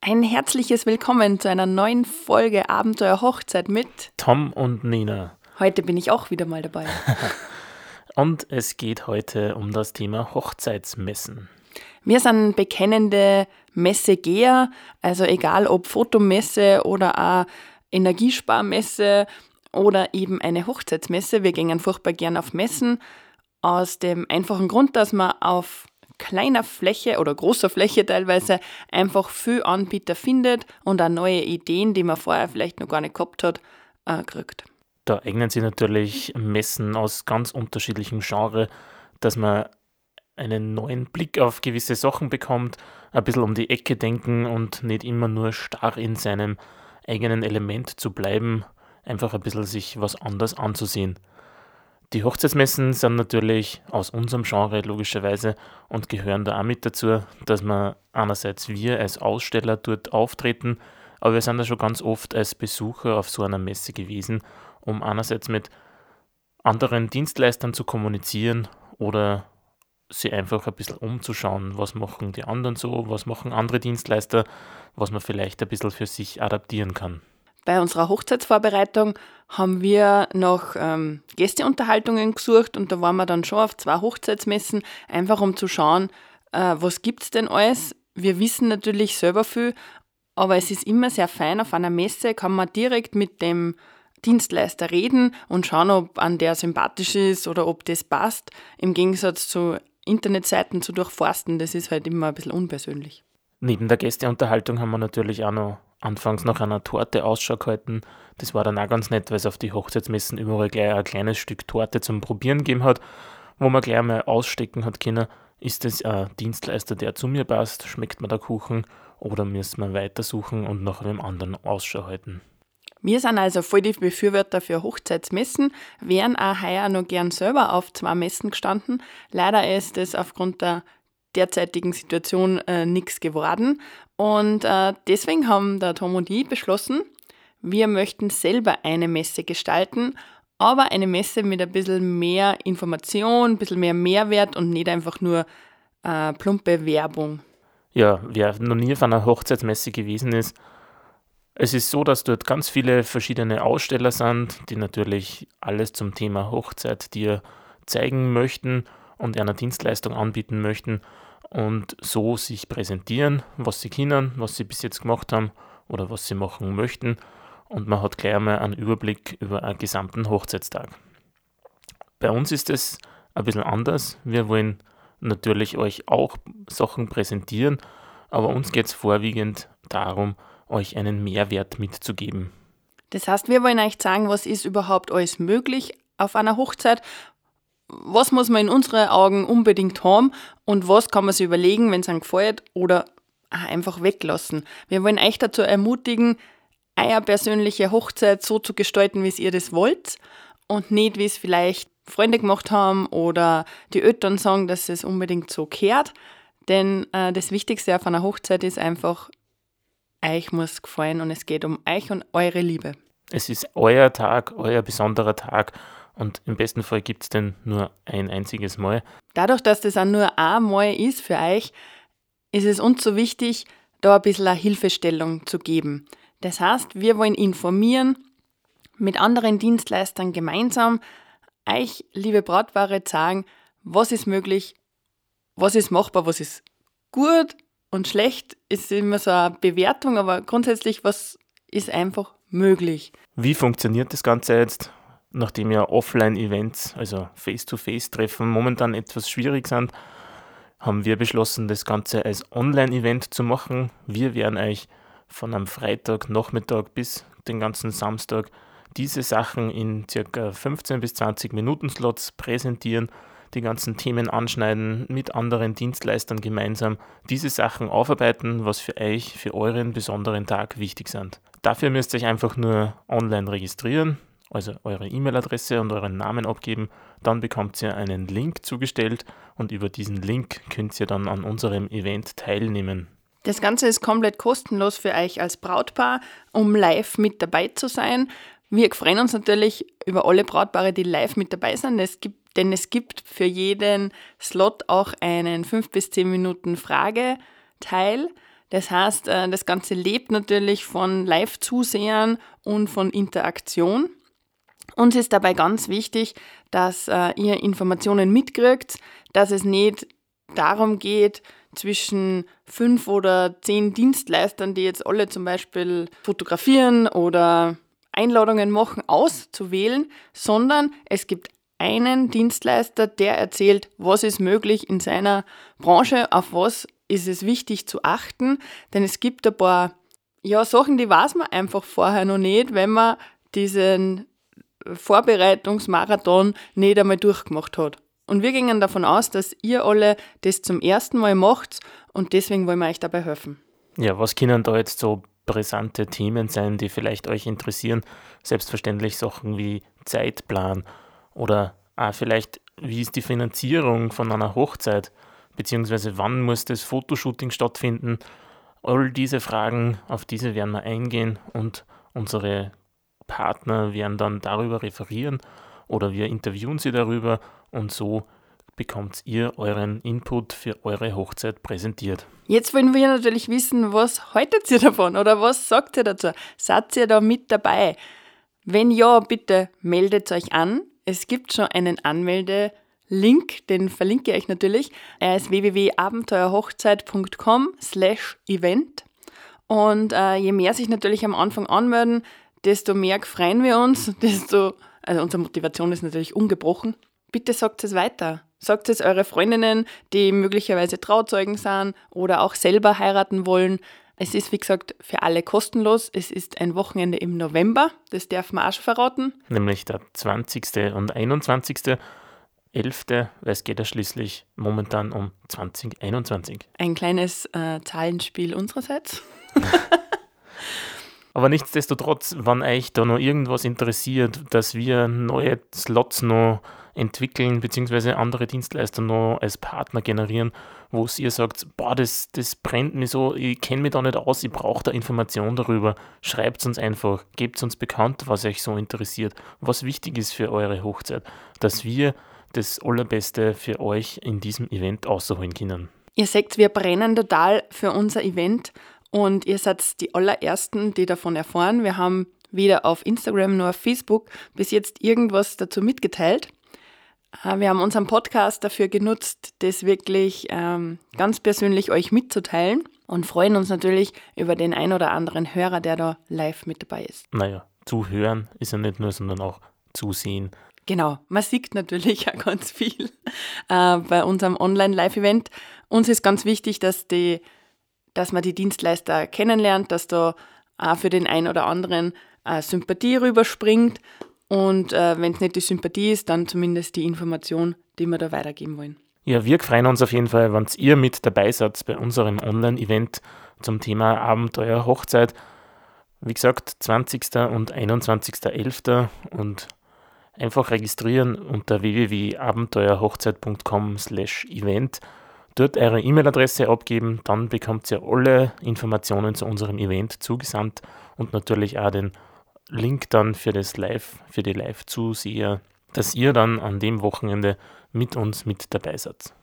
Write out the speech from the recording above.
Ein herzliches Willkommen zu einer neuen Folge Abenteuer Hochzeit mit Tom und Nina. Heute bin ich auch wieder mal dabei. Und es geht heute um das Thema Hochzeitsmessen. Wir sind bekennende Messegeher, also egal ob Fotomesse oder auch Energiesparmesse oder eben eine Hochzeitsmesse. Wir gehen furchtbar gern auf Messen, aus dem einfachen Grund, dass man auf kleiner Fläche oder großer Fläche teilweise einfach viel Anbieter findet und auch neue Ideen, die man vorher vielleicht noch gar nicht gehabt hat, kriegt. Da eignen sich natürlich Messen aus ganz unterschiedlichem Genre, dass man einen neuen Blick auf gewisse Sachen bekommt, ein bisschen um die Ecke denken und nicht immer nur starr in seinem eigenen Element zu bleiben, einfach ein bisschen sich was anderes anzusehen. Die Hochzeitsmessen sind natürlich aus unserem Genre logischerweise und gehören da auch mit dazu, dass wir einerseits wir als Aussteller dort auftreten, aber wir sind da schon ganz oft als Besucher auf so einer Messe gewesen, um einerseits mit anderen Dienstleistern zu kommunizieren oder sie einfach ein bisschen umzuschauen, was machen die anderen so, was machen andere Dienstleister, was man vielleicht ein bisschen für sich adaptieren kann. Bei unserer Hochzeitsvorbereitung haben wir nach Gästeunterhaltungen gesucht und da waren wir dann schon auf 2 Hochzeitsmessen, einfach um zu schauen, was gibt es denn alles. Wir wissen natürlich selber viel, aber es ist immer sehr fein, auf einer Messe kann man direkt mit dem Dienstleister reden und schauen, ob an der sympathisch ist oder ob das passt. Im Gegensatz zu Internetseiten zu durchforsten, das ist halt immer ein bisschen unpersönlich. Neben der Gästeunterhaltung haben wir natürlich auch noch anfangs nach einer Torte Ausschau gehalten. Das war dann auch ganz nett, weil es auf die Hochzeitsmessen überall gleich ein kleines Stück Torte zum Probieren gegeben hat, wo man gleich mal ausstecken hat können, ist das ein Dienstleister, der zu mir passt, schmeckt mir der Kuchen oder müssen wir weitersuchen und nach einem anderen Ausschau halten. Wir sind also voll die Befürworter für Hochzeitsmessen, wären auch heuer noch gern selber auf 2 Messen gestanden. Leider ist es aufgrund der derzeitigen Situation nichts geworden. Und deswegen haben der Tom und ich beschlossen, wir möchten selber eine Messe gestalten, aber eine Messe mit ein bisschen mehr Information, ein bisschen mehr Mehrwert und nicht einfach nur plumpe Werbung. Ja, wer noch nie auf einer Hochzeitsmesse gewesen ist, es ist so, dass dort ganz viele verschiedene Aussteller sind, die natürlich alles zum Thema Hochzeit dir zeigen möchten und einer Dienstleistung anbieten möchten und so sich präsentieren, was sie können, was sie bis jetzt gemacht haben oder was sie machen möchten. Und man hat gleich einmal einen Überblick über einen gesamten Hochzeitstag. Bei uns ist es ein bisschen anders. Wir wollen natürlich euch auch Sachen präsentieren, aber uns geht es vorwiegend darum, euch einen Mehrwert mitzugeben. Das heißt, wir wollen euch sagen, was ist überhaupt alles möglich auf einer Hochzeit, was muss man in unseren Augen unbedingt haben und was kann man sich überlegen, wenn es einem gefällt oder einfach weglassen. Wir wollen euch dazu ermutigen, eure persönliche Hochzeit so zu gestalten, wie es ihr das wollt und nicht, wie es vielleicht Freunde gemacht haben oder die Eltern sagen, dass es unbedingt so gehört. Denn das Wichtigste auf einer Hochzeit ist einfach, euch muss gefallen und es geht um euch und eure Liebe. Es ist euer Tag, euer besonderer Tag und im besten Fall gibt es den nur ein einziges Mal. Dadurch, dass das auch nur einmal ist für euch, ist es uns so wichtig, da ein bisschen eine Hilfestellung zu geben. Das heißt, wir wollen informieren, mit anderen Dienstleistern gemeinsam euch, liebe Brautpaare, sagen, was ist möglich, was ist machbar, was ist gut und schlecht, ist immer so eine Bewertung, aber grundsätzlich, was ist einfach möglich. Wie funktioniert das Ganze jetzt? Nachdem ja Offline-Events, also Face-to-Face-Treffen, momentan etwas schwierig sind, haben wir beschlossen, das Ganze als Online-Event zu machen. Wir werden euch von am Freitagnachmittag bis den ganzen Samstag diese Sachen in ca. 15 bis 20 Minuten Slots präsentieren, die ganzen Themen anschneiden, mit anderen Dienstleistern gemeinsam diese Sachen aufarbeiten, was für euch, für euren besonderen Tag wichtig sind. Dafür müsst ihr euch einfach nur online registrieren, also eure E-Mail-Adresse und euren Namen abgeben, dann bekommt ihr einen Link zugestellt und über diesen Link könnt ihr dann an unserem Event teilnehmen. Das Ganze ist komplett kostenlos für euch als Brautpaar, um live mit dabei zu sein. Wir freuen uns natürlich über alle Brautpaare, die live mit dabei sind, denn es gibt für jeden Slot auch einen 5 bis 10 Minuten Frageteil. Das heißt, das Ganze lebt natürlich von Live-Zusehern und von Interaktion. Uns ist dabei ganz wichtig, dass ihr Informationen mitkriegt, dass es nicht darum geht, zwischen 5 oder 10 Dienstleistern, die jetzt alle zum Beispiel fotografieren oder Einladungen machen, auszuwählen, sondern es gibt einen Dienstleister, der erzählt, was ist möglich in seiner Branche, auf was ist es wichtig zu achten, denn es gibt ein paar Sachen, die weiß man einfach vorher noch nicht, wenn man diesen Vorbereitungsmarathon nicht einmal durchgemacht hat. Und wir gehen davon aus, dass ihr alle das zum ersten Mal macht und deswegen wollen wir euch dabei helfen. Ja, was können da jetzt so brisante Themen sein, die vielleicht euch interessieren? Selbstverständlich Sachen wie Zeitplan oder auch vielleicht, wie ist die Finanzierung von einer Hochzeit, beziehungsweise wann muss das Fotoshooting stattfinden? All diese Fragen, auf diese werden wir eingehen und unsere Partner werden dann darüber referieren oder wir interviewen sie darüber und so bekommt ihr euren Input für eure Hochzeit präsentiert. Jetzt wollen wir natürlich wissen, was haltet ihr davon oder was sagt ihr dazu? Seid ihr da mit dabei? Wenn ja, bitte meldet euch an. Es gibt schon einen Anmelde-Link, den verlinke ich euch natürlich. Er ist www.abenteuerhochzeit.com/event und je mehr sich natürlich am Anfang anmelden, desto mehr freuen wir uns, also unsere Motivation ist natürlich ungebrochen. Bitte sagt es weiter. Sagt es eure Freundinnen, die möglicherweise Trauzeugen sind oder auch selber heiraten wollen. Es ist, wie gesagt, für alle kostenlos. Es ist ein Wochenende im November, das darf man auch schon verraten. Nämlich der 20. und 21.11., weil es geht ja schließlich momentan um 2021. Ein kleines Zahlenspiel unsererseits. Aber nichtsdestotrotz, wenn euch da noch irgendwas interessiert, dass wir neue Slots noch entwickeln, beziehungsweise andere Dienstleister noch als Partner generieren, wo ihr sagt, das brennt mir so, ich kenne mich da nicht aus, ich brauche da Information darüber, schreibt uns einfach, gebt uns bekannt, was euch so interessiert, was wichtig ist für eure Hochzeit, dass wir das Allerbeste für euch in diesem Event rausholen können. Ihr seht, wir brennen total für unser Event und ihr seid die allerersten, die davon erfahren. Wir haben weder auf Instagram noch auf Facebook bis jetzt irgendwas dazu mitgeteilt. Wir haben unseren Podcast dafür genutzt, das wirklich ganz persönlich euch mitzuteilen und freuen uns natürlich über den ein oder anderen Hörer, der da live mit dabei ist. Naja, zuhören ist ja nicht nur, sondern auch zusehen. Genau, man sieht natürlich auch ganz viel bei unserem Online-Live-Event. Uns ist ganz wichtig, dass man die Dienstleister kennenlernt, dass da auch für den einen oder anderen Sympathie rüberspringt. Und wenn es nicht die Sympathie ist, dann zumindest die Information, die wir da weitergeben wollen. Ja, wir freuen uns auf jeden Fall, wenn ihr mit dabei seid bei unserem Online-Event zum Thema Abenteuer Hochzeit. Wie gesagt, 20. und 21.11. und einfach registrieren unter www.abenteuerhochzeit.com/event. Dort eure E-Mail-Adresse abgeben, dann bekommt ihr alle Informationen zu unserem Event zugesandt und natürlich auch den Link dann für die Live-Zuseher, dass ihr dann an dem Wochenende mit uns mit dabei seid.